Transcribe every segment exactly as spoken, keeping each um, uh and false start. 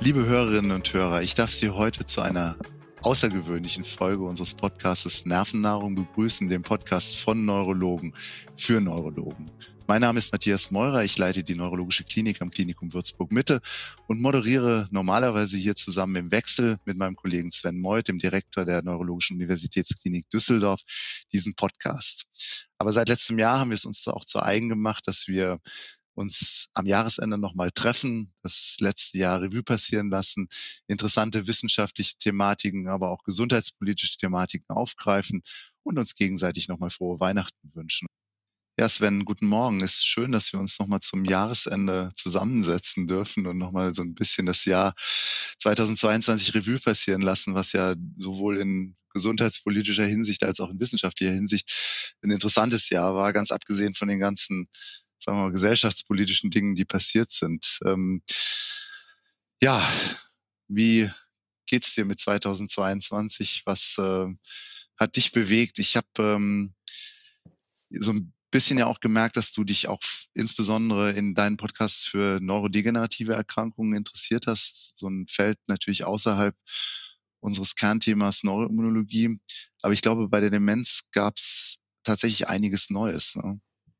Liebe Hörerinnen und Hörer, ich darf Sie heute zu einer außergewöhnlichen Folge unseres Podcasts Nervennahrung begrüßen, dem Podcast von Neurologen für Neurologen. Mein Name ist Matthias Meurer, ich leite die Neurologische Klinik am Klinikum Würzburg-Mitte und moderiere normalerweise hier zusammen im Wechsel mit meinem Kollegen Sven Meuth, dem Direktor der Neurologischen Universitätsklinik Düsseldorf, diesen Podcast. Aber seit letztem Jahr haben wir es uns auch zu eigen gemacht, dass wir uns am Jahresende nochmal treffen, das letzte Jahr Revue passieren lassen, interessante wissenschaftliche Thematiken, aber auch gesundheitspolitische Thematiken aufgreifen und uns gegenseitig nochmal frohe Weihnachten wünschen. Ja, Sven, guten Morgen. Es ist schön, dass wir uns nochmal zum Jahresende zusammensetzen dürfen und nochmal so ein bisschen das Jahr zweitausendzweiundzwanzig Revue passieren lassen, was ja sowohl in gesundheitspolitischer Hinsicht als auch in wissenschaftlicher Hinsicht ein interessantes Jahr war, ganz abgesehen von den ganzen, sagen wir mal, gesellschaftspolitischen Dingen, die passiert sind. Ähm, ja, wie geht's dir mit zweitausendzweiundzwanzig? Was äh, hat dich bewegt? Ich habe ähm, so ein bisschen ja auch gemerkt, dass du dich auch insbesondere in deinen Podcasts für neurodegenerative Erkrankungen interessiert hast. So ein Feld natürlich außerhalb unseres Kernthemas Neuroimmunologie. Aber ich glaube, bei der Demenz gab es tatsächlich einiges Neues, ne?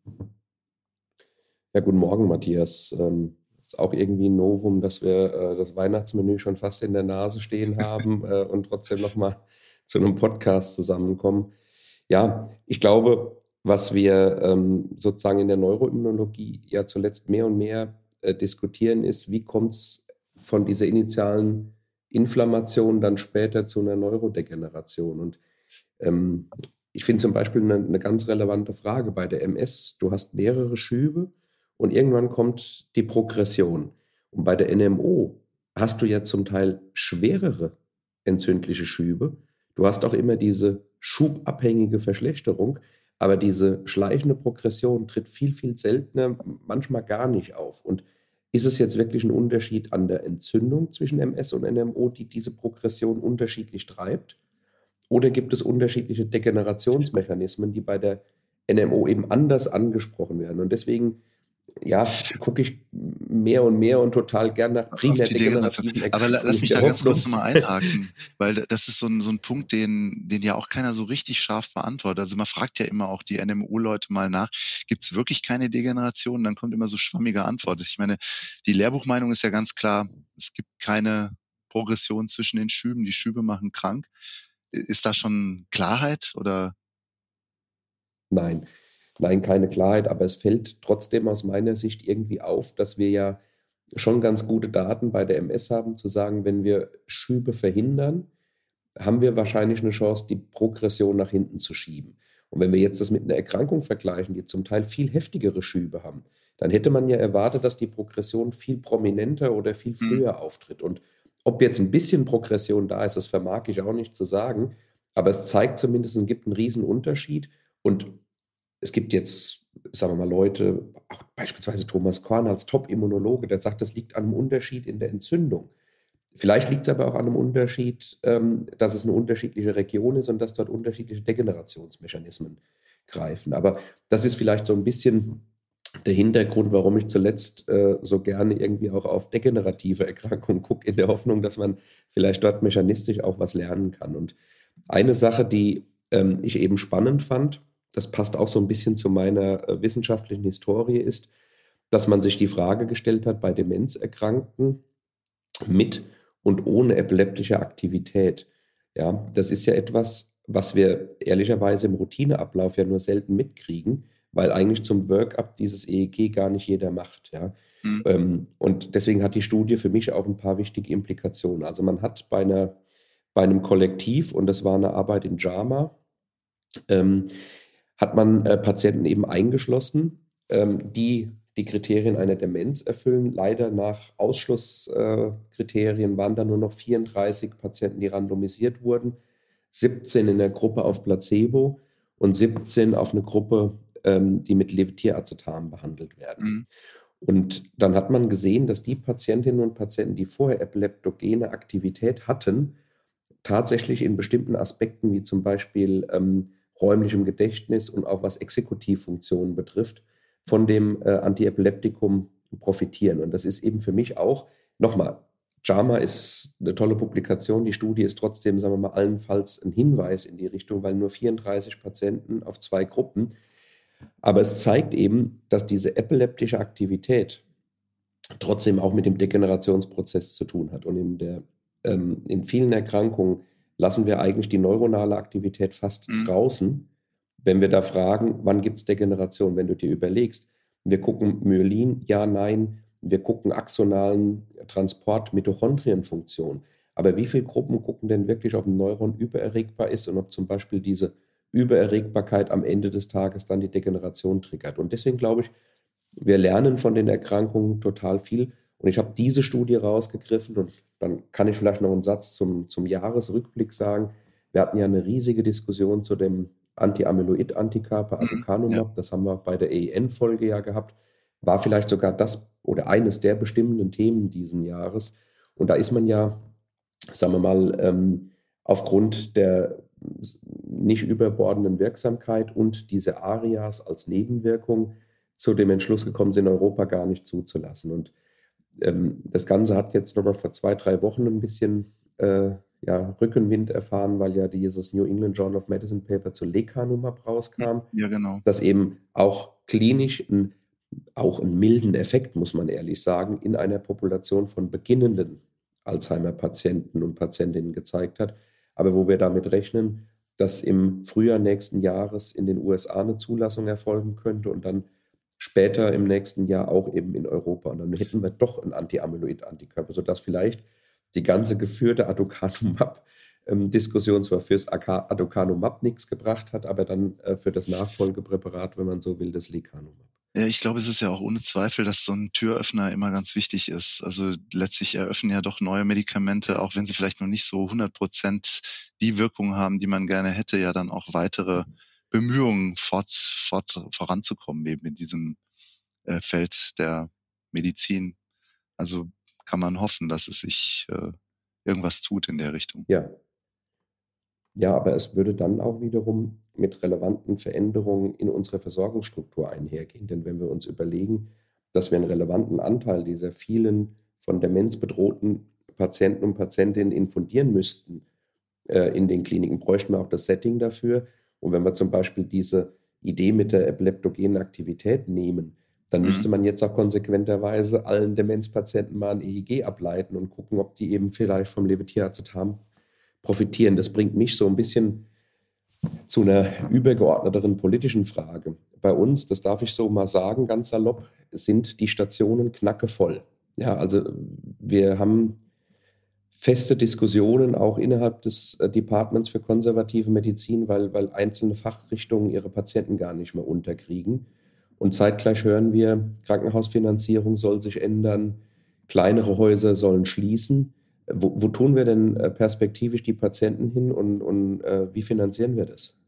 Ja, guten Morgen, Matthias. Ähm, ist auch irgendwie ein Novum, dass wir äh, das Weihnachtsmenü schon fast in der Nase stehen haben äh, und trotzdem nochmal zu einem Podcast zusammenkommen. Ja, ich glaube, was wir ähm, sozusagen in der Neuroimmunologie ja zuletzt mehr und mehr äh, diskutieren, ist, wie kommt es von dieser initialen Inflammation dann später zu einer Neurodegeneration? Und ähm, ich finde zum Beispiel eine, eine ganz relevante Frage bei der M S. Du hast mehrere Schübe und irgendwann kommt die Progression. Und bei der N M O hast du ja zum Teil schwerere entzündliche Schübe. Du hast auch immer diese schubabhängige Verschlechterung, aber diese schleichende Progression tritt viel, viel seltener, manchmal gar nicht auf. Und ist es jetzt wirklich ein Unterschied an der Entzündung zwischen M S und N M O, die diese Progression unterschiedlich treibt? Oder gibt es unterschiedliche Degenerationsmechanismen, die bei der N M O eben anders angesprochen werden? Und deswegen, ja, gucke ich mehr und mehr und total gern nach Auf primär die Degeneration. degenerativen Aber la- lass Erkrankungen mich der da ganz kurz Hoffnung. nochmal einhaken, weil da- das ist so ein, so ein Punkt, den, den ja auch keiner so richtig scharf beantwortet. Also man fragt ja immer auch die N M O-Leute mal nach, gibt es wirklich keine Degeneration? Dann kommt immer so schwammige Antwort. Ich meine, die Lehrbuchmeinung ist ja ganz klar, es gibt keine Progression zwischen den Schüben, die Schübe machen krank. I- Ist da schon Klarheit oder? Nein, nein, keine Klarheit, aber es fällt trotzdem aus meiner Sicht irgendwie auf, dass wir ja schon ganz gute Daten bei der M S haben, zu sagen, wenn wir Schübe verhindern, haben wir wahrscheinlich eine Chance, die Progression nach hinten zu schieben. Und wenn wir jetzt das mit einer Erkrankung vergleichen, die zum Teil viel heftigere Schübe haben, dann hätte man ja erwartet, dass die Progression viel prominenter oder viel Hm. früher auftritt. Und ob jetzt ein bisschen Progression da ist, das vermag ich auch nicht zu sagen. Aber es zeigt zumindest, es gibt einen riesen Unterschied. Und es gibt jetzt, sagen wir mal, Leute, auch beispielsweise Thomas Korn als Top-Immunologe, der sagt, das liegt an einem Unterschied in der Entzündung. Vielleicht liegt es aber auch an einem Unterschied, ähm, dass es eine unterschiedliche Region ist und dass dort unterschiedliche Degenerationsmechanismen greifen. Aber das ist vielleicht so ein bisschen der Hintergrund, warum ich zuletzt äh, so gerne irgendwie auch auf degenerative Erkrankungen gucke, in der Hoffnung, dass man vielleicht dort mechanistisch auch was lernen kann. Und eine Sache, die ähm, ich eben spannend fand, das passt auch so ein bisschen zu meiner äh, wissenschaftlichen Historie, ist, dass man sich die Frage gestellt hat, bei Demenzerkrankten mit und ohne epileptische Aktivität. Ja, das ist ja etwas, was wir ehrlicherweise im Routineablauf ja nur selten mitkriegen, weil eigentlich zum Workup dieses E E G gar nicht jeder macht. Ja. Hm. Ähm, und deswegen hat die Studie für mich auch ein paar wichtige Implikationen. Also man hat bei einer, bei einem Kollektiv, und das war eine Arbeit in JAMA, ähm, hat man äh, Patienten eben eingeschlossen, ähm, die die Kriterien einer Demenz erfüllen. Leider nach Ausschlusskriterien äh, waren da nur noch vierunddreißig Patienten, die randomisiert wurden, siebzehn in der Gruppe auf Placebo und siebzehn auf eine Gruppe, ähm, die mit Levetiracetam behandelt werden. Hm. Und dann hat man gesehen, dass die Patientinnen und Patienten, die vorher epileptogene Aktivität hatten, tatsächlich in bestimmten Aspekten, wie zum Beispiel ähm, räumlichem Gedächtnis und auch was Exekutivfunktionen betrifft, von dem äh, Antiepileptikum profitieren. Und das ist eben für mich auch, nochmal, JAMA ist eine tolle Publikation. Die Studie ist trotzdem, sagen wir mal, allenfalls ein Hinweis in die Richtung, weil nur vierunddreißig Patienten auf zwei Gruppen. Aber es zeigt eben, dass diese epileptische Aktivität trotzdem auch mit dem Degenerationsprozess zu tun hat. Und in, der, ähm, in vielen Erkrankungen lassen wir eigentlich die neuronale Aktivität fast Mhm. draußen, wenn wir da fragen, wann gibt es Degeneration? Wenn du dir überlegst, wir gucken Myelin, ja, nein, wir gucken axonalen Transport, Mitochondrienfunktion. Aber wie viele Gruppen gucken denn wirklich, ob ein Neuron übererregbar ist und ob zum Beispiel diese Übererregbarkeit am Ende des Tages dann die Degeneration triggert? Und deswegen glaube ich, wir lernen von den Erkrankungen total viel. Und ich habe diese Studie rausgegriffen und dann kann ich vielleicht noch einen Satz zum, zum Jahresrückblick sagen. Wir hatten ja eine riesige Diskussion zu dem Anti-Amyloid-Antikörper Mhm. Ja. Aducanumab. Das haben wir bei der E I N-Folge ja gehabt. War vielleicht sogar das oder eines der bestimmenden Themen diesen Jahres. Und da ist man ja, sagen wir mal, ähm, aufgrund der nicht überbordenden Wirksamkeit und diese ARIAs als Nebenwirkung zu dem Entschluss gekommen sind, Europa gar nicht zuzulassen. Und ähm, das Ganze hat jetzt nochmal vor zwei, drei Wochen ein bisschen äh, ja, Rückenwind erfahren, weil ja dieses New England Journal of Medicine Paper zu Lecanemab rauskam, Ja, genau. das eben auch klinisch ein, auch einen milden Effekt, muss man ehrlich sagen, in einer Population von beginnenden Alzheimer-Patienten und Patientinnen gezeigt hat, aber wo wir damit rechnen, dass im Frühjahr nächsten Jahres in den U S A eine Zulassung erfolgen könnte und dann später im nächsten Jahr auch eben in Europa. Und dann hätten wir doch einen Anti-Amyloid-Antikörper, sodass vielleicht die ganze geführte Aducanumab-Diskussion zwar fürs Aducanumab nichts gebracht hat, aber dann äh, für das Nachfolgepräparat, wenn man so will, das Lecanemab. Ja, ich glaube, es ist ja auch ohne Zweifel, dass so ein Türöffner immer ganz wichtig ist. Also letztlich eröffnen ja doch neue Medikamente, auch wenn sie vielleicht noch nicht so hundert Prozent die Wirkung haben, die man gerne hätte, ja dann auch weitere Bemühungen fort, fort voranzukommen eben in diesem äh, Feld der Medizin. Also kann man hoffen, dass es sich äh, irgendwas tut in der Richtung. Ja, ja, aber es würde dann auch wiederum mit relevanten Veränderungen in unserer Versorgungsstruktur einhergehen. Denn wenn wir uns überlegen, dass wir einen relevanten Anteil dieser vielen von Demenz bedrohten Patienten und Patientinnen infundieren müssten äh, in den Kliniken, bräuchten wir auch das Setting dafür. Und wenn wir zum Beispiel diese Idee mit der epileptogenen Aktivität nehmen, dann Mhm. müsste man jetzt auch konsequenterweise allen Demenzpatienten mal ein E E G ableiten und gucken, ob die eben vielleicht vom Levetiracetam profitieren. Das bringt mich so ein bisschen zu einer übergeordneteren politischen Frage. Bei uns, das darf ich so mal sagen, ganz salopp, sind die Stationen knackevoll. Ja, also wir haben feste Diskussionen auch innerhalb des äh, Departments für konservative Medizin, weil, weil einzelne Fachrichtungen ihre Patienten gar nicht mehr unterkriegen. Und zeitgleich hören wir, Krankenhausfinanzierung soll sich ändern, kleinere Häuser sollen schließen. Wo, wo tun wir denn äh, perspektivisch die Patienten hin und, und äh, wie finanzieren wir das?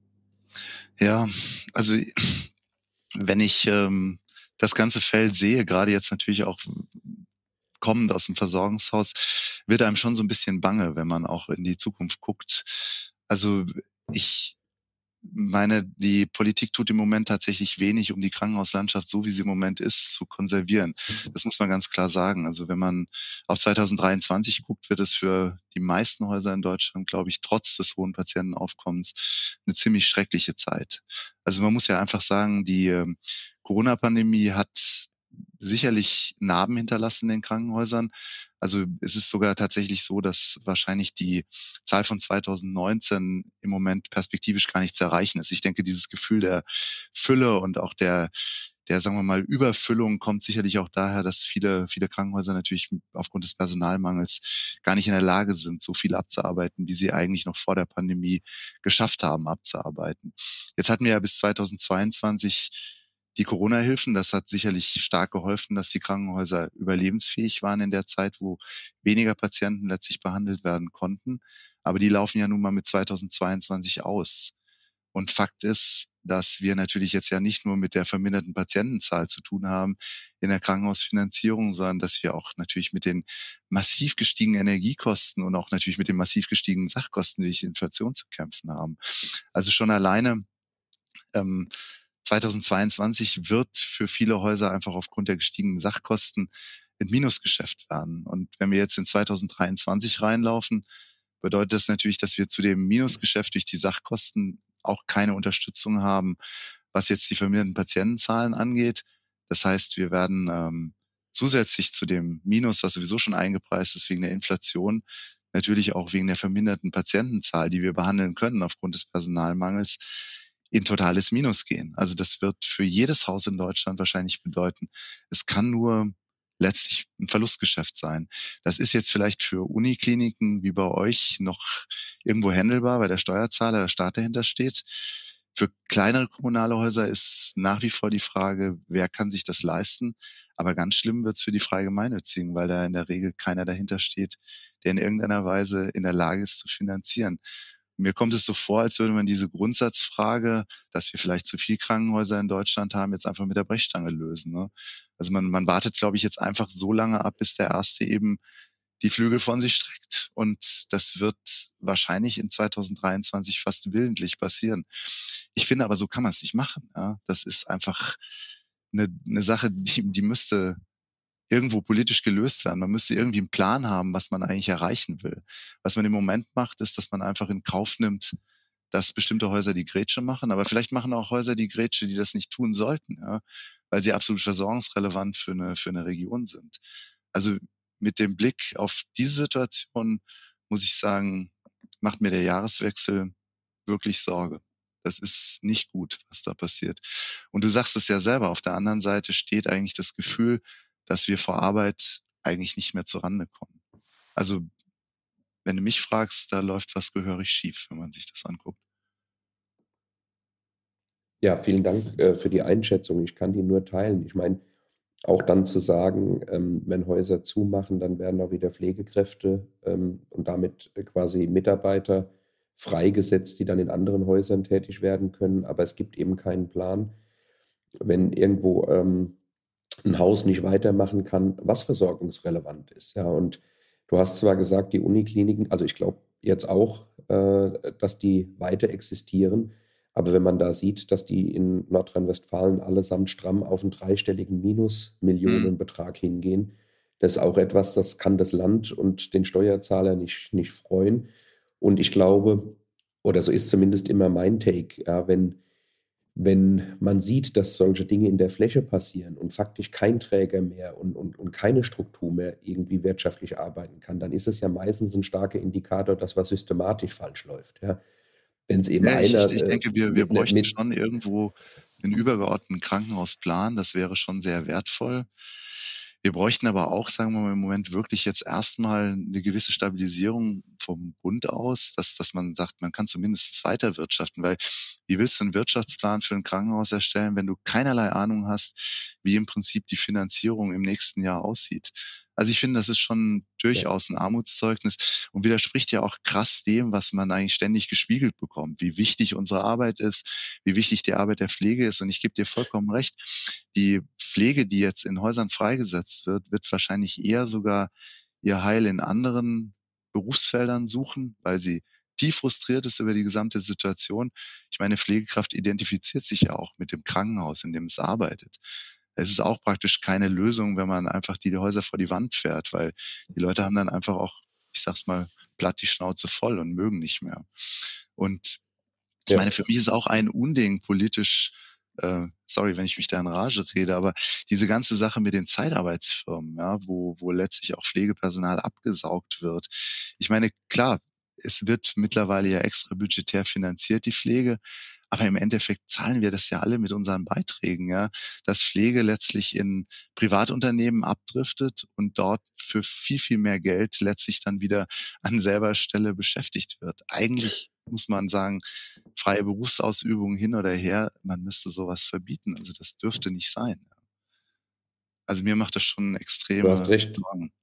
Ja, also wenn ich ähm, das ganze Feld sehe, gerade jetzt natürlich auch kommend aus dem Versorgungshaus, wird einem schon so ein bisschen bange, wenn man auch in die Zukunft guckt. Also ich meine, die Politik tut im Moment tatsächlich wenig, um die Krankenhauslandschaft, so wie sie im Moment ist, zu konservieren. Das muss man ganz klar sagen. Also wenn man auf zwanzig dreiundzwanzig guckt, wird es für die meisten Häuser in Deutschland, glaube ich, trotz des hohen Patientenaufkommens eine ziemlich schreckliche Zeit. Also man muss ja einfach sagen, die ähm, Corona-Pandemie hat sicherlich Narben hinterlassen in den Krankenhäusern. Also es ist sogar tatsächlich so, dass wahrscheinlich die Zahl von zwanzig neunzehn im Moment perspektivisch gar nicht zu erreichen ist. Ich denke, dieses Gefühl der Fülle und auch der, der, sagen wir mal, Überfüllung kommt sicherlich auch daher, dass viele, viele Krankenhäuser natürlich aufgrund des Personalmangels gar nicht in der Lage sind, so viel abzuarbeiten, wie sie eigentlich noch vor der Pandemie geschafft haben, abzuarbeiten. Jetzt hatten wir ja bis zwanzig zweiundzwanzig die Corona-Hilfen. Das hat sicherlich stark geholfen, dass die Krankenhäuser überlebensfähig waren in der Zeit, wo weniger Patienten letztlich behandelt werden konnten. Aber die laufen ja nun mal mit zwanzig zweiundzwanzig aus. Und Fakt ist, dass wir natürlich jetzt ja nicht nur mit der verminderten Patientenzahl zu tun haben in der Krankenhausfinanzierung, sondern dass wir auch natürlich mit den massiv gestiegenen Energiekosten und auch natürlich mit den massiv gestiegenen Sachkosten durch die Inflation zu kämpfen haben. Also schon alleine ähm, zwanzig zweiundzwanzig wird für viele Häuser einfach aufgrund der gestiegenen Sachkosten ein Minusgeschäft werden. Und wenn wir jetzt in zwanzig dreiundzwanzig reinlaufen, bedeutet das natürlich, dass wir zu dem Minusgeschäft durch die Sachkosten auch keine Unterstützung haben, was jetzt die verminderten Patientenzahlen angeht. Das heißt, wir werden ähm, zusätzlich zu dem Minus, was sowieso schon eingepreist ist wegen der Inflation, natürlich auch wegen der verminderten Patientenzahl, die wir behandeln können aufgrund des Personalmangels, in totales Minus gehen. Also das wird für jedes Haus in Deutschland wahrscheinlich bedeuten, es kann nur letztlich ein Verlustgeschäft sein. Das ist jetzt vielleicht für Unikliniken wie bei euch noch irgendwo handelbar, weil der Steuerzahler, der Staat dahinter steht. Für kleinere kommunale Häuser ist nach wie vor die Frage, wer kann sich das leisten? Aber ganz schlimm wird's für die frei Gemeinnützigen, weil da in der Regel keiner dahinter steht, der in irgendeiner Weise in der Lage ist zu finanzieren. Mir kommt es so vor, als würde man diese Grundsatzfrage, dass wir vielleicht zu viel Krankenhäuser in Deutschland haben, jetzt einfach mit der Brechstange lösen. Ne? Also man, man wartet, glaube ich, jetzt einfach so lange ab, bis der Erste eben die Flügel von sich streckt. Und das wird wahrscheinlich in zwanzig dreiundzwanzig fast willentlich passieren. Ich finde aber, so kann man es nicht machen. Ja? Das ist einfach eine, eine Sache, die, die müsste irgendwo politisch gelöst werden. Man müsste irgendwie einen Plan haben, was man eigentlich erreichen will. Was man im Moment macht, ist, dass man einfach in Kauf nimmt, dass bestimmte Häuser die Grätsche machen, aber vielleicht machen auch Häuser die Grätsche, die das nicht tun sollten, ja, weil sie absolut versorgungsrelevant für eine, für eine Region sind. Also mit dem Blick auf diese Situation muss ich sagen, macht mir der Jahreswechsel wirklich Sorge. Das ist nicht gut, was da passiert. Und du sagst es ja selber, auf der anderen Seite steht eigentlich das Gefühl, dass wir vor Arbeit eigentlich nicht mehr zurande kommen. Also, wenn du mich fragst, da läuft was gehörig schief, wenn man sich das anguckt. Ja, vielen Dank äh, für die Einschätzung. Ich kann die nur teilen. Ich meine, auch dann zu sagen, ähm, wenn Häuser zumachen, dann werden auch wieder Pflegekräfte ähm, und damit äh, quasi Mitarbeiter freigesetzt, die dann in anderen Häusern tätig werden können. Aber es gibt eben keinen Plan, wenn irgendwo ähm, ein Haus nicht weitermachen kann, was versorgungsrelevant ist. Ja, und du hast zwar gesagt, die Unikliniken, also ich glaube jetzt auch, äh, dass die weiter existieren, aber wenn man da sieht, dass die in Nordrhein-Westfalen allesamt stramm auf einen dreistelligen Minus-Millionenbetrag hingehen, das ist auch etwas, das kann das Land und den Steuerzahler nicht, nicht freuen. Und ich glaube, oder so ist zumindest immer mein Take, ja, wenn wenn man sieht, dass solche Dinge in der Fläche passieren und faktisch kein Träger mehr und, und, und keine Struktur mehr irgendwie wirtschaftlich arbeiten kann, dann ist es ja meistens ein starker Indikator, dass was systematisch falsch läuft. Ja. Wenn es eben Ja, ich, ich, einer ich äh, denke, wir, wir mit, ne- bräuchten mit schon irgendwo einen übergeordneten Krankenhausplan. Das wäre schon sehr wertvoll. Wir bräuchten aber auch, sagen wir mal, im Moment wirklich jetzt erstmal eine gewisse Stabilisierung vom Bund aus, dass, dass man sagt, man kann zumindest weiter wirtschaften, weil wie willst du einen Wirtschaftsplan für ein Krankenhaus erstellen, wenn du keinerlei Ahnung hast, wie im Prinzip die Finanzierung im nächsten Jahr aussieht? Also ich finde, das ist schon ja, durchaus ein Armutszeugnis und widerspricht ja auch krass dem, was man eigentlich ständig gespiegelt bekommt, wie wichtig unsere Arbeit ist, wie wichtig die Arbeit der Pflege ist. Und ich gebe dir vollkommen recht, die Pflege, die jetzt in Häusern freigesetzt wird, wird wahrscheinlich eher sogar ihr Heil in anderen Berufsfeldern suchen, weil sie tief frustriert ist über die gesamte Situation. Ich meine, Pflegekraft identifiziert sich ja auch mit dem Krankenhaus, in dem es arbeitet. Es ist auch praktisch keine Lösung, wenn man einfach die Häuser vor die Wand fährt, weil die Leute haben dann einfach auch, ich sag's mal, platt die Schnauze voll und mögen nicht mehr. Und ich ja, meine, für mich ist auch ein Unding politisch, äh, sorry, wenn ich mich da in Rage rede, aber diese ganze Sache mit den Zeitarbeitsfirmen, ja, wo, wo letztlich auch Pflegepersonal abgesaugt wird. Ich meine, klar, es wird mittlerweile ja extra budgetär finanziert, die Pflege. Aber im Endeffekt zahlen wir das ja alle mit unseren Beiträgen, ja, dass Pflege letztlich in Privatunternehmen abdriftet und dort für viel, viel mehr Geld letztlich dann wieder an selber Stelle beschäftigt wird. Eigentlich muss man sagen, freie Berufsausübung hin oder her, man müsste sowas verbieten. Also das dürfte nicht sein. Also mir macht das schon du hast extreme recht. Sorgen.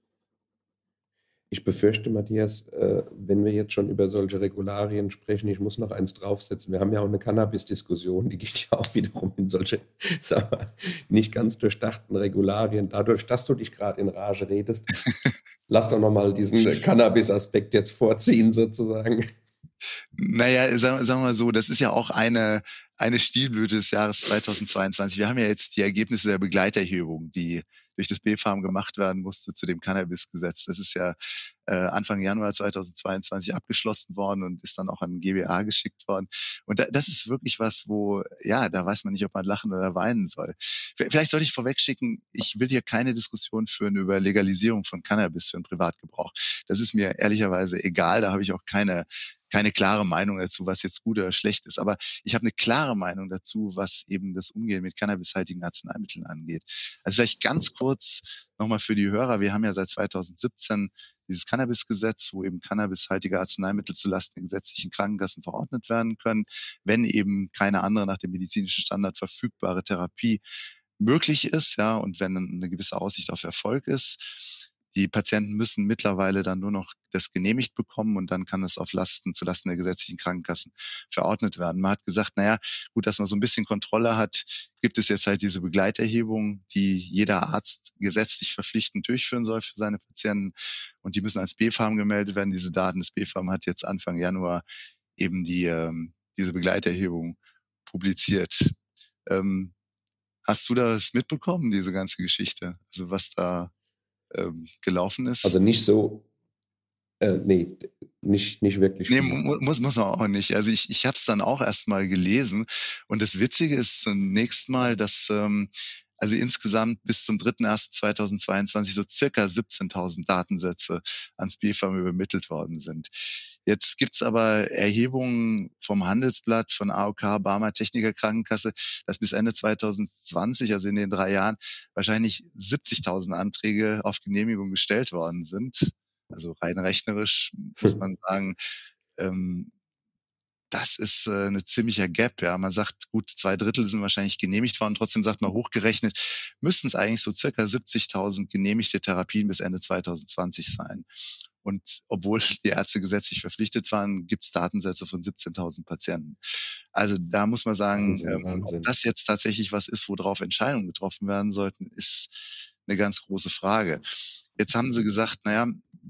Ich befürchte, Matthias, äh, wenn wir jetzt schon über solche Regularien sprechen, ich muss noch eins draufsetzen. Wir haben ja auch eine Cannabis-Diskussion, die geht ja auch wiederum in solche, sagen wir, nicht ganz durchdachten Regularien. Dadurch, dass du dich gerade in Rage redest, lass doch nochmal diesen Cannabis-Aspekt jetzt vorziehen, sozusagen. Naja, sagen, sagen wir mal so, das ist ja auch eine, eine Stilblüte des Jahres zweitausendzweiundzwanzig. Wir haben ja jetzt die Ergebnisse der Begleiterhebung, die durch das B F A M gemacht werden musste zu dem Cannabis-Gesetz. Das ist ja äh, Anfang Januar zweitausendzweiundzwanzig abgeschlossen worden und ist dann auch an den G B A geschickt worden. Und da, das ist wirklich was, wo, ja, da weiß man nicht, ob man lachen oder weinen soll. Vielleicht sollte ich vorweg schicken, ich will hier keine Diskussion führen über Legalisierung von Cannabis für den Privatgebrauch. Das ist mir ehrlicherweise egal, da habe ich auch keine keine klare Meinung dazu, was jetzt gut oder schlecht ist. Aber ich habe eine klare Meinung dazu, was eben das Umgehen mit cannabishaltigen Arzneimitteln angeht. Also vielleicht ganz kurz nochmal für die Hörer. Wir haben ja seit zweitausendsiebzehn dieses Cannabisgesetz, wo eben cannabishaltige Arzneimittel zulasten der gesetzlichen Krankenkassen verordnet werden können, wenn eben keine andere nach dem medizinischen Standard verfügbare Therapie möglich ist, ja, und wenn eine gewisse Aussicht auf Erfolg ist. Die Patienten müssen mittlerweile dann nur noch das genehmigt bekommen und dann kann es auf Lasten, zu Lasten der gesetzlichen Krankenkassen verordnet werden. Man hat gesagt, naja, gut, dass man so ein bisschen Kontrolle hat, gibt es jetzt halt diese Begleiterhebung, die jeder Arzt gesetzlich verpflichtend durchführen soll für seine Patienten und die müssen als B F A M gemeldet werden. Diese Daten des B F A M hat jetzt Anfang Januar eben die ähm, diese Begleiterhebung publiziert. Ähm, hast du das mitbekommen, diese ganze Geschichte? Also was da ähm, gelaufen ist? Also nicht so, äh, nee, nicht, nicht wirklich Nee, viel. mu muss, muss man auch nicht. Also ich, ich habe es dann auch erst mal gelesen. Und das Witzige ist zunächst mal, dass ähm, also insgesamt bis zum dritter erster zweitausendzweiundzwanzig so circa siebzehntausend Datensätze ans B F A M übermittelt worden sind. Jetzt gibt's aber Erhebungen vom Handelsblatt, von A O K, Barmer, Techniker Krankenkasse, dass bis Ende zweitausendzwanzig, also in den drei Jahren, wahrscheinlich siebzigtausend Anträge auf Genehmigung gestellt worden sind. Also rein rechnerisch muss man sagen, ähm, das ist äh, eine ziemlicher Gap. Ja, man sagt, gut, zwei Drittel sind wahrscheinlich genehmigt worden. Trotzdem sagt man hochgerechnet, müssten es eigentlich so circa siebzigtausend genehmigte Therapien bis Ende zweitausendzwanzig sein. Und obwohl die Ärzte gesetzlich verpflichtet waren, gibt es Datensätze von siebzehntausend Patienten. Also da muss man sagen, Wahnsinn, ähm, Wahnsinn. ob das jetzt tatsächlich was ist, worauf Entscheidungen getroffen werden sollten, ist eine ganz große Frage. Jetzt haben sie gesagt, naja,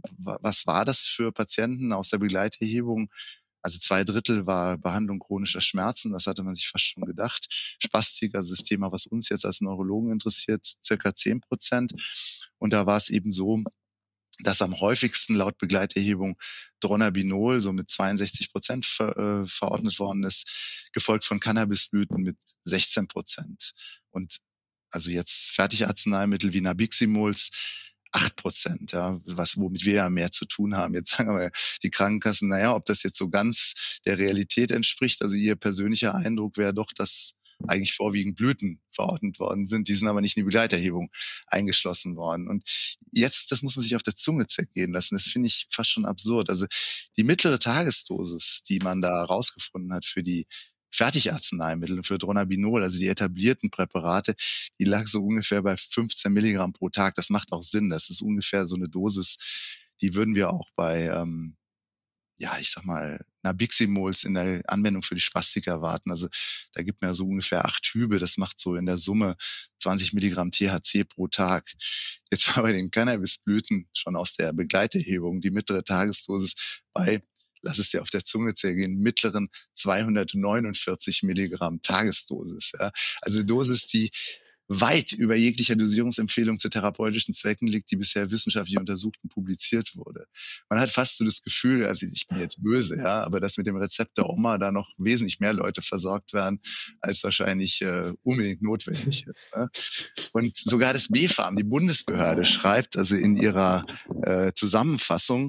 was war das für Patienten aus der Begleiterhebung? Also zwei Drittel war Behandlung chronischer Schmerzen, das hatte man sich fast schon gedacht. Spastik, also das Thema, was uns jetzt als Neurologen interessiert, circa zehn Prozent. Und da war es eben so, dass am häufigsten laut Begleiterhebung Dronabinol so mit zweiundsechzig Prozent ver, äh, verordnet worden ist, gefolgt von Cannabisblüten mit sechzehn Prozent. Und also jetzt Fertigarzneimittel wie Nabiximols acht Prozent, ja, was, womit wir ja mehr zu tun haben. Jetzt sagen wir die Krankenkassen, naja, ob das jetzt so ganz der Realität entspricht. Also ihr persönlicher Eindruck wäre doch, dass eigentlich vorwiegend Blüten verordnet worden sind. Die sind aber nicht in die Begleiterhebung eingeschlossen worden. Und jetzt, das muss man sich auf der Zunge zergehen lassen. Das finde ich fast schon absurd. Also die mittlere Tagesdosis, die man da rausgefunden hat für die Fertigarzneimittel, für Dronabinol, also die etablierten Präparate, die lag so ungefähr bei fünfzehn Milligramm pro Tag. Das macht auch Sinn. Das ist ungefähr so eine Dosis, die würden wir auch bei, ähm, ja, ich sag mal, Nabiximols in der Anwendung für die Spastik erwarten. Also da gibt man ja so ungefähr acht Hübe. Das macht so in der Summe zwanzig Milligramm T H C pro Tag. Jetzt war bei den Cannabisblüten schon aus der Begleiterhebung die mittlere Tagesdosis bei, lass es dir auf der Zunge zergehen, mittleren zweihundertneunundvierzig Milligramm Tagesdosis. Ja. Also eine Dosis, die weit über jeglicher Dosierungsempfehlung zu therapeutischen Zwecken liegt, die bisher wissenschaftlich untersucht und publiziert wurde. Man hat fast so das Gefühl, also ich bin jetzt böse, ja, aber dass mit dem Rezept der Oma da noch wesentlich mehr Leute versorgt werden, als wahrscheinlich äh, unbedingt notwendig ist. Ne? Und sogar das B F A M, die Bundesbehörde, schreibt also in ihrer äh, Zusammenfassung,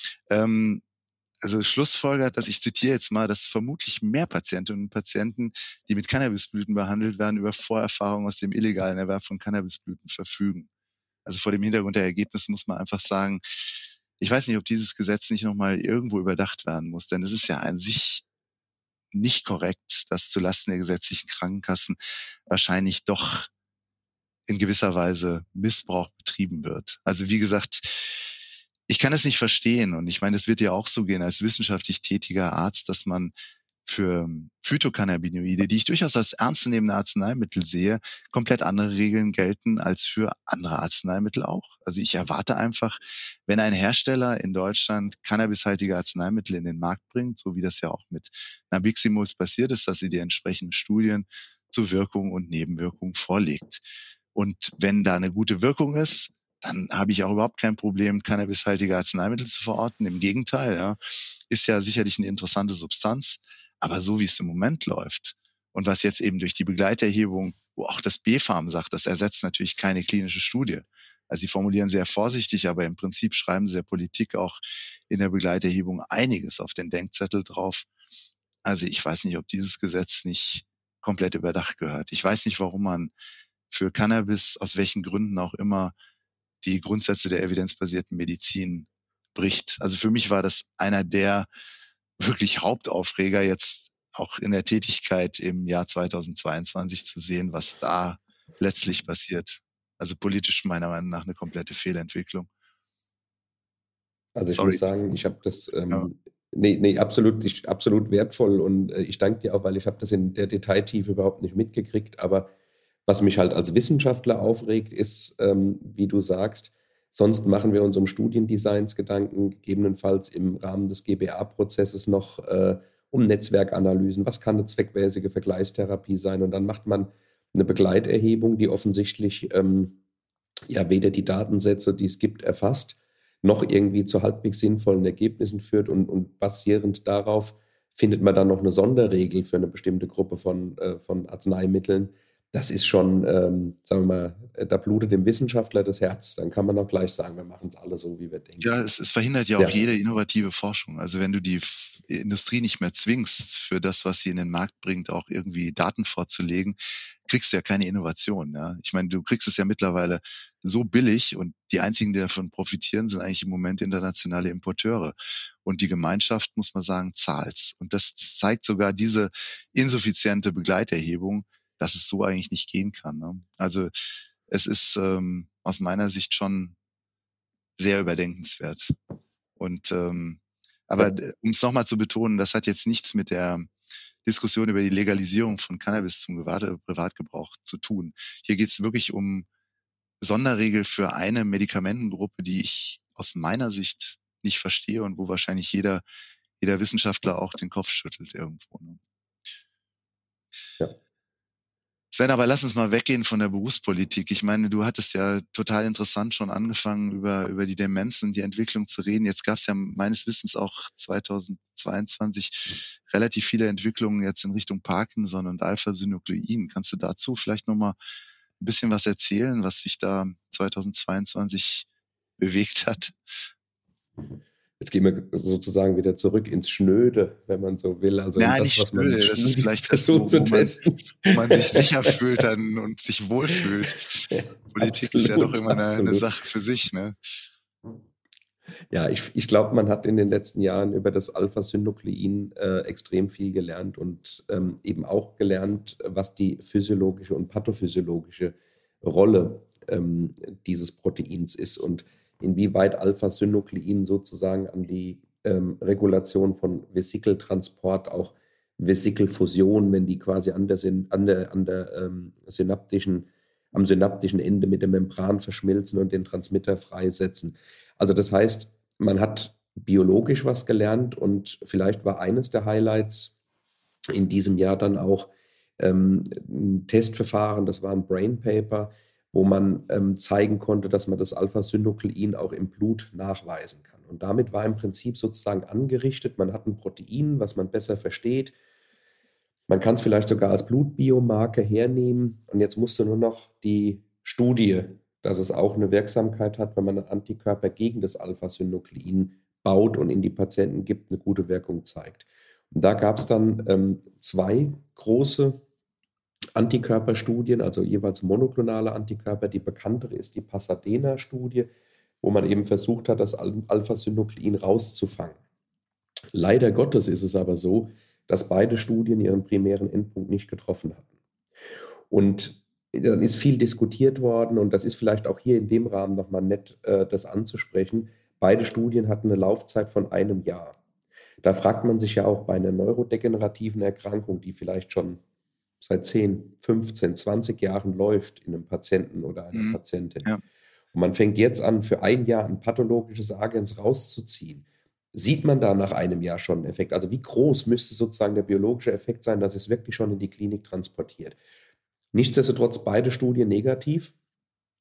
ähm, also schlussfolgert, dass ich zitiere jetzt mal, dass vermutlich mehr Patientinnen und Patienten, die mit Cannabisblüten behandelt werden, über Vorerfahrungen aus dem illegalen Erwerb von Cannabisblüten verfügen. Also vor dem Hintergrund der Ergebnisse muss man einfach sagen, ich weiß nicht, ob dieses Gesetz nicht nochmal irgendwo überdacht werden muss, denn es ist ja an sich nicht korrekt, dass zulasten der gesetzlichen Krankenkassen wahrscheinlich doch in gewisser Weise Missbrauch betrieben wird. Also wie gesagt, ich kann es nicht verstehen. Und ich meine, es wird ja auch so gehen als wissenschaftlich tätiger Arzt, dass man für Phytocannabinoide, die ich durchaus als ernstzunehmende Arzneimittel sehe, komplett andere Regeln gelten als für andere Arzneimittel auch. Also ich erwarte einfach, wenn ein Hersteller in Deutschland cannabishaltige Arzneimittel in den Markt bringt, so wie das ja auch mit Nabiximols passiert ist, dass sie die entsprechenden Studien zu Wirkung und Nebenwirkungen vorlegt. Und wenn da eine gute Wirkung ist, dann habe ich auch überhaupt kein Problem, cannabishaltige Arzneimittel zu verorten. Im Gegenteil, ja, ist ja sicherlich eine interessante Substanz. Aber so wie es im Moment läuft und was jetzt eben durch die Begleiterhebung, wo auch das B F A M sagt, das ersetzt natürlich keine klinische Studie. Also sie formulieren sehr vorsichtig, aber im Prinzip schreiben sie der Politik auch in der Begleiterhebung einiges auf den Denkzettel drauf. Also ich weiß nicht, ob dieses Gesetz nicht komplett überdacht gehört. Ich weiß nicht, warum man für Cannabis, aus welchen Gründen auch immer, die Grundsätze der evidenzbasierten Medizin bricht. Also für mich war das einer der wirklich Hauptaufreger, jetzt auch in der Tätigkeit im Jahr zweitausendzweiundzwanzig zu sehen, was da letztlich passiert. Also politisch meiner Meinung nach eine komplette Fehlentwicklung. Also ich Sorry. muss sagen, ich habe das, Ja. ähm, nee, nee, absolut, ich, absolut wertvoll und äh, ich danke dir auch, weil ich habe das in der Detailtiefe überhaupt nicht mitgekriegt, aber was mich halt als Wissenschaftler aufregt, ist, ähm, wie du sagst, sonst machen wir uns um Studiendesigns Gedanken, gegebenenfalls im Rahmen des G B A-Prozesses noch äh, um Netzwerkanalysen. Was kann eine zweckmäßige Vergleichstherapie sein? Und dann macht man eine Begleiterhebung, die offensichtlich ähm, ja weder die Datensätze, die es gibt, erfasst, noch irgendwie zu halbwegs sinnvollen Ergebnissen führt. Und, und basierend darauf findet man dann noch eine Sonderregel für eine bestimmte Gruppe von, äh, von Arzneimitteln. Das ist schon, ähm, sagen wir mal, da blutet dem Wissenschaftler das Herz. Dann kann man auch gleich sagen, wir machen es alle so, wie wir denken. Ja, es, es verhindert ja auch ja. jede innovative Forschung. Also wenn du die F- Industrie nicht mehr zwingst, für das, was sie in den Markt bringt, auch irgendwie Daten vorzulegen, kriegst du ja keine Innovation. Ja? Ich meine, du kriegst es ja mittlerweile so billig und die einzigen, die davon profitieren, sind eigentlich im Moment internationale Importeure. Und die Gemeinschaft, muss man sagen, zahlt's. Und das zeigt sogar diese insuffiziente Begleiterhebung, dass es so eigentlich nicht gehen kann. Ne? Also es ist ähm, aus meiner Sicht schon sehr überdenkenswert. Und ähm, aber ja. um es nochmal zu betonen, das hat jetzt nichts mit der Diskussion über die Legalisierung von Cannabis zum Privatgebrauch zu tun. Hier geht es wirklich um Sonderregel für eine Medikamentengruppe, die ich aus meiner Sicht nicht verstehe und wo wahrscheinlich jeder, jeder Wissenschaftler auch den Kopf schüttelt irgendwo. Ne? Ja. Sven, aber lass uns mal weggehen von der Berufspolitik. Ich meine, du hattest ja total interessant schon angefangen, über, über die Demenzen, die Entwicklung zu reden. Jetzt gab es ja meines Wissens auch zweitausendzweiundzwanzig relativ viele Entwicklungen jetzt in Richtung Parkinson und Alpha-Synuklein. Kannst du dazu vielleicht nochmal ein bisschen was erzählen, was sich da zweitausendzweiundzwanzig bewegt hat? Jetzt gehen wir sozusagen wieder zurück ins Schnöde, wenn man so will. Also Nein, das, nicht was Schnöde, man das ist vielleicht das, so wo, zu wo, man, testen. wo man sich sicher fühlt dann und sich wohlfühlt. Politik Absolut, ist ja doch immer eine, eine absolut. Sache für sich, ne? Ja, ich, ich glaube, man hat in den letzten Jahren über das Alpha-Synuklein äh, extrem viel gelernt und ähm, eben auch gelernt, was die physiologische und pathophysiologische Rolle ähm, dieses Proteins ist und inwieweit Alpha-Synuklein sozusagen an die ähm, Regulation von Vesikeltransport, auch Vesikelfusion, wenn die quasi an der, an der, an der ähm, synaptischen, am synaptischen Ende mit der Membran verschmilzen und den Transmitter freisetzen. Also das heißt, man hat biologisch was gelernt und vielleicht war eines der Highlights in diesem Jahr dann auch ähm, ein Testverfahren, das war ein Brain Paper, wo man ähm, zeigen konnte, dass man das Alpha-Synuklein auch im Blut nachweisen kann. Und damit war im Prinzip sozusagen angerichtet, man hat ein Protein, was man besser versteht. Man kann es vielleicht sogar als Blutbiomarker hernehmen. Und jetzt musste nur noch die Studie, dass es auch eine Wirksamkeit hat, wenn man einen Antikörper gegen das Alpha-Synuklein baut und in die Patienten gibt, eine gute Wirkung zeigt. Und da gab es dann ähm, zwei große Antikörperstudien, also jeweils monoklonale Antikörper. Die bekanntere ist die Pasadena-Studie, wo man eben versucht hat, das Alpha-Synuklein rauszufangen. Leider Gottes ist es aber so, dass beide Studien ihren primären Endpunkt nicht getroffen hatten. Und dann ist viel diskutiert worden und das ist vielleicht auch hier in dem Rahmen nochmal nett, äh, das anzusprechen. Beide Studien hatten eine Laufzeit von einem Jahr. Da fragt man sich ja auch bei einer neurodegenerativen Erkrankung, die vielleicht schon seit zehn, fünfzehn, zwanzig Jahren läuft in einem Patienten oder einer mhm. Patientin. Ja. Und man fängt jetzt an, für ein Jahr ein pathologisches Agens rauszuziehen. Sieht man da nach einem Jahr schon einen Effekt? Also wie groß müsste sozusagen der biologische Effekt sein, dass es wirklich schon in die Klinik transportiert? Nichtsdestotrotz beide Studien negativ.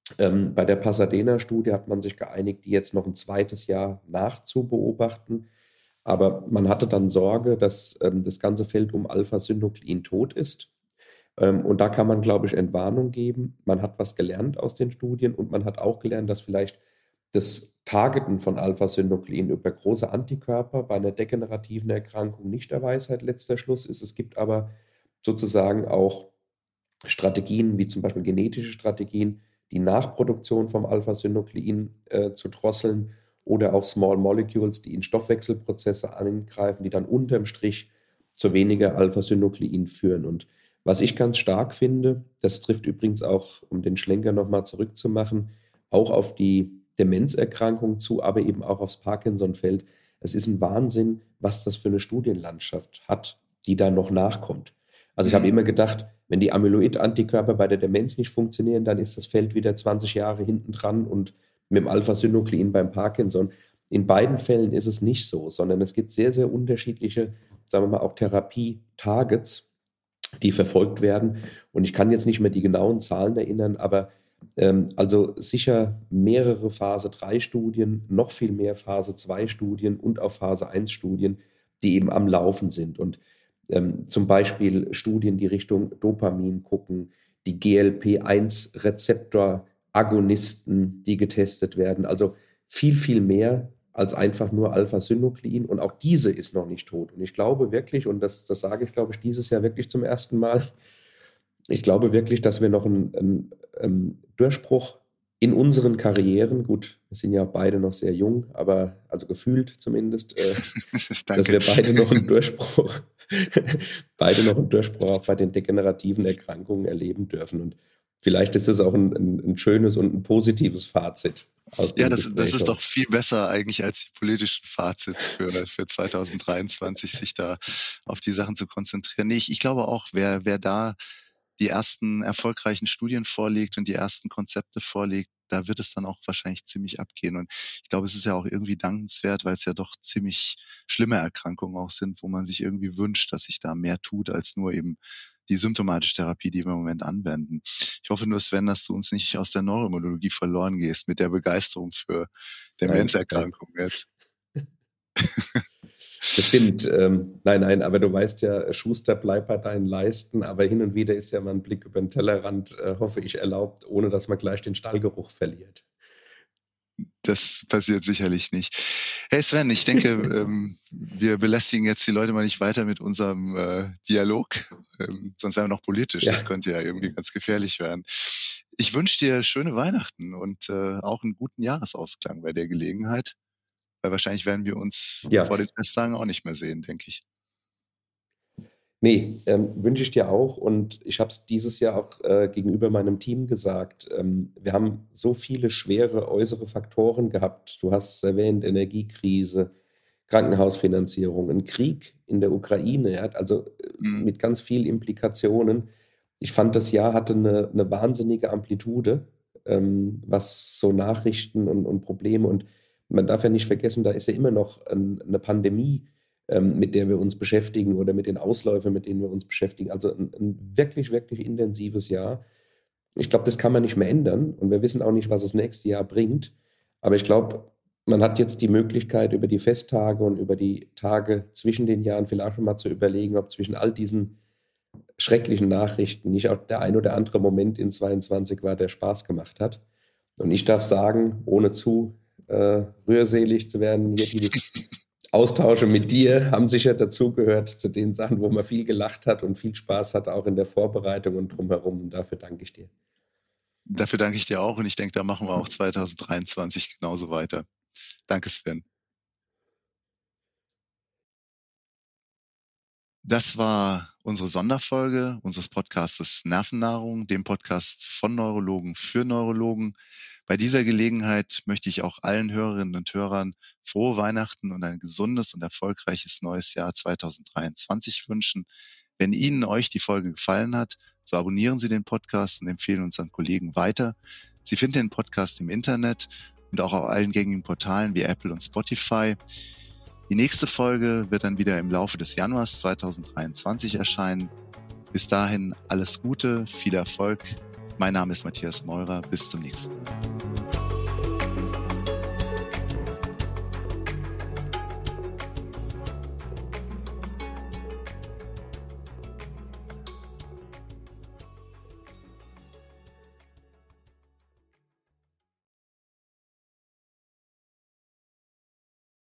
Ähm, bei der Pasadena-Studie hat man sich geeinigt, die jetzt noch ein zweites Jahr nachzubeobachten. Aber man hatte dann Sorge, dass ähm, das ganze Feld um Alpha-Synuklein tot ist. Ähm, und da kann man, glaube ich, Entwarnung geben. Man hat was gelernt aus den Studien und man hat auch gelernt, dass vielleicht das Targeten von Alpha-Synuklein über große Antikörper bei einer degenerativen Erkrankung nicht der Weisheit letzter Schluss ist. Es gibt aber sozusagen auch Strategien, wie zum Beispiel genetische Strategien, die Nachproduktion vom Alpha-Synuklein äh, zu drosseln oder auch Small Molecules, die in Stoffwechselprozesse angreifen, die dann unterm Strich zu weniger Alpha-Synuklein führen. Und was ich ganz stark finde, das trifft übrigens auch, um den Schlenker nochmal zurückzumachen, auch auf die Demenzerkrankung zu, aber eben auch aufs Parkinson-Feld. Es ist ein Wahnsinn, was das für eine Studienlandschaft hat, die da noch nachkommt. Also ich habe Mhm. immer gedacht, wenn die Amyloid-Antikörper bei der Demenz nicht funktionieren, dann ist das Feld wieder zwanzig Jahre hinten dran und mit dem Alpha-Synuklein beim Parkinson. In beiden Fällen ist es nicht so, sondern es gibt sehr, sehr unterschiedliche, sagen wir mal, auch Therapie-Targets, die verfolgt werden. Und ich kann jetzt nicht mehr die genauen Zahlen erinnern, aber ähm, also sicher mehrere Phase drei Studien, noch viel mehr Phase zwei Studien und auch Phase eins Studien, die eben am Laufen sind. Und ähm, zum Beispiel Studien, die Richtung Dopamin gucken, die G L P eins Rezeptor-Agonisten, die getestet werden. Also viel, viel mehr als einfach nur Alpha-Synuklein. Und auch diese ist noch nicht tot. Und ich glaube wirklich, und das, das sage ich, glaube ich, dieses Jahr wirklich zum ersten Mal, ich glaube wirklich, dass wir noch einen, einen, einen Durchbruch in unseren Karrieren, gut, wir sind ja beide noch sehr jung, aber also gefühlt zumindest, äh, dass Danke. wir beide noch einen Durchbruch, beide noch einen Durchbruch auch bei den degenerativen Erkrankungen erleben dürfen. Und vielleicht ist es auch ein, ein, ein schönes und ein positives Fazit aus Ja, dem das, das Gespräch ist doch heute. viel besser eigentlich als die politischen Fazits für, für zwanzig dreiundzwanzig, sich da auf die Sachen zu konzentrieren. Nee, ich, ich glaube auch, wer, wer da die ersten erfolgreichen Studien vorlegt und die ersten Konzepte vorlegt, da wird es dann auch wahrscheinlich ziemlich abgehen. Und ich glaube, es ist ja auch irgendwie dankenswert, weil es ja doch ziemlich schlimme Erkrankungen auch sind, wo man sich irgendwie wünscht, dass sich da mehr tut, als nur eben die symptomatische Therapie, die wir im Moment anwenden. Ich hoffe nur, Sven, dass du uns nicht aus der Neuroimmunologie verloren gehst mit der Begeisterung für Nein, nein. Demenzerkrankungen jetzt. Das stimmt. Ähm, nein, nein, aber du weißt ja, Schuster, bleib bei deinen Leisten. Aber hin und wieder ist ja mal ein Blick über den Tellerrand, äh, hoffe ich, erlaubt, ohne dass man gleich den Stallgeruch verliert. Das passiert sicherlich nicht. Hey Sven, ich denke, ähm, wir belästigen jetzt die Leute mal nicht weiter mit unserem äh, Dialog, ähm, sonst werden wir noch politisch. Das Ja, könnte ja irgendwie ganz gefährlich werden. Ich wünsche dir schöne Weihnachten und äh, auch einen guten Jahresausklang bei der Gelegenheit, weil wahrscheinlich werden wir uns ja. vor den Festtagen auch nicht mehr sehen, denke ich. Nee, ähm, wünsche ich dir auch. Und ich habe es dieses Jahr auch äh, gegenüber meinem Team gesagt. Ähm, wir haben so viele schwere äußere Faktoren gehabt. Du hast es erwähnt, Energiekrise, Krankenhausfinanzierung, ein Krieg in der Ukraine, ja, also äh, Mhm. mit ganz vielen Implikationen. Ich fand, das Jahr hatte eine, eine wahnsinnige Amplitude, ähm, was so Nachrichten und, und Probleme und man darf ja nicht vergessen, da ist ja immer noch ein, eine Pandemie, ähm, mit der wir uns beschäftigen oder mit den Ausläufern, mit denen wir uns beschäftigen. Also ein, ein wirklich, wirklich intensives Jahr. Ich glaube, das kann man nicht mehr ändern und wir wissen auch nicht, was das nächste Jahr bringt. Aber ich glaube, man hat jetzt die Möglichkeit, über die Festtage und über die Tage zwischen den Jahren vielleicht schon mal zu überlegen, ob zwischen all diesen schrecklichen Nachrichten nicht auch der ein oder andere Moment in zweiundzwanzig war, der Spaß gemacht hat. Und ich darf sagen, ohne zu äh, rührselig zu werden, hier die Austausche mit dir haben sicher dazugehört zu den Sachen, wo man viel gelacht hat und viel Spaß hatte, auch in der Vorbereitung und drumherum. Und dafür danke ich dir. Dafür danke ich dir auch und ich denke, da machen wir auch zwanzig dreiundzwanzig genauso weiter. Danke, Sven. Das war unsere Sonderfolge unseres Podcastes Nervennahrung, dem Podcast von Neurologen für Neurologen. Bei dieser Gelegenheit möchte ich auch allen Hörerinnen und Hörern frohe Weihnachten und ein gesundes und erfolgreiches neues Jahr zwanzig dreiundzwanzig wünschen. Wenn Ihnen euch die Folge gefallen hat, so abonnieren Sie den Podcast und empfehlen uns an Kollegen weiter. Sie finden den Podcast im Internet und auch auf allen gängigen Portalen wie Apple und Spotify. Die nächste Folge wird dann wieder im Laufe des Januars zwanzig dreiundzwanzig erscheinen. Bis dahin alles Gute, viel Erfolg. Mein Name ist Matthias Meurer. Bis zum nächsten Mal.